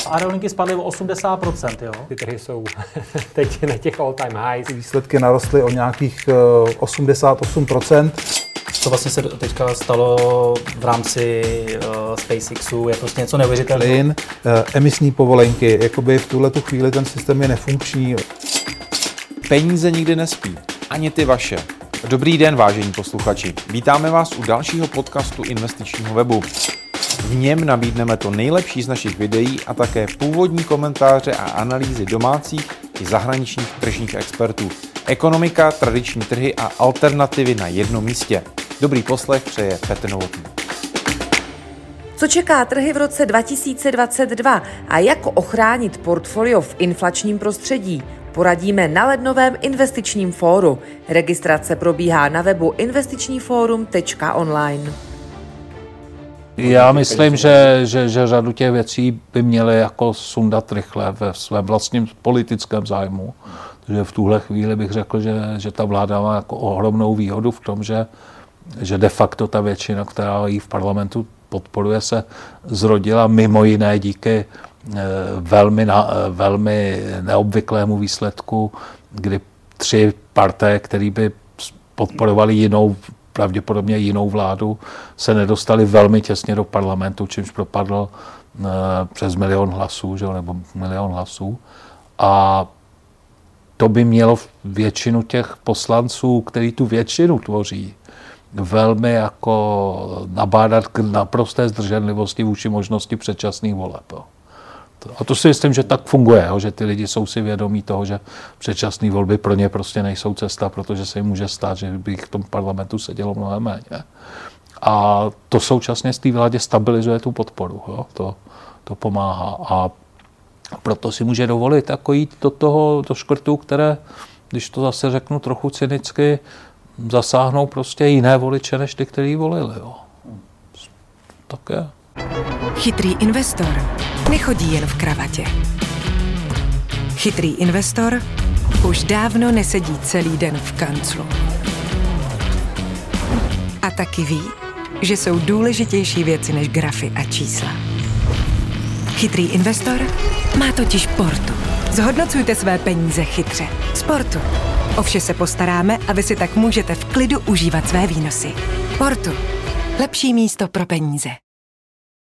Aerolinky spadly o 80%, jo. Ty trhy jsou teď na těch all-time highs. Výsledky narostly o nějakých 88%. Co vlastně se teďka stalo v rámci SpaceXu, je prostě něco neuvěřitelného. Plyn, emisní povolenky, jakoby v tuhletu chvíli ten systém je nefunkční. Peníze nikdy nespí, ani ty vaše. Dobrý den, vážení posluchači. Vítáme vás u dalšího podcastu investičního webu. V něm nabídneme to nejlepší z našich videí a také původní komentáře a analýzy domácích i zahraničních tržních expertů. Ekonomika, tradiční trhy a alternativy na jednom místě. Dobrý poslech přeje Petr Novotný. Co čeká trhy v roce 2022 a jak ochránit portfolio v inflačním prostředí? Poradíme na lednovém investičním fóru. Registrace probíhá na webu investičníforum.online. Já myslím, že řadu těch věcí by měly jako sundat rychle ve svém vlastním politickém zájmu. Takže v tuhle chvíli bych řekl, že ta vláda má jako ohromnou výhodu v tom, že de facto ta většina, která ji v parlamentu podporuje, se zrodila mimo jiné díky velmi neobvyklému výsledku, kdy 3 partaje, které by podporovaly pravděpodobně jinou vládu, se nedostali velmi těsně do parlamentu, čímž propadl přes 1 milion hlasů, že, nebo 1 milion hlasů. A to by mělo většinu těch poslanců, který tu většinu tvoří, velmi jako nabádat k naprosté zdrženlivosti vůči možnosti předčasných voleb. A to si myslím, že tak funguje, že ty lidi jsou si vědomí toho, že předčasné volby pro ně prostě nejsou cesta, protože se jim může stát, že by v tom parlamentu sedělo mnohem méně. A to současně z té vládě stabilizuje tu podporu. To pomáhá. A proto si může dovolit jako jít do škrtů, které, když to zase řeknu trochu cynicky, zasáhnou prostě jiné voliče, než ty, kteří volili. Tak je. Chytrý investor nechodí jen v kravatě. Chytrý investor už dávno nesedí celý den v kanclu. A taky ví, že jsou důležitější věci než grafy a čísla. Chytrý investor má totiž Portu. Zhodnocujte své peníze chytře. S Portu. O vše se postaráme a vy si tak můžete v klidu užívat své výnosy. Portu. Lepší místo pro peníze.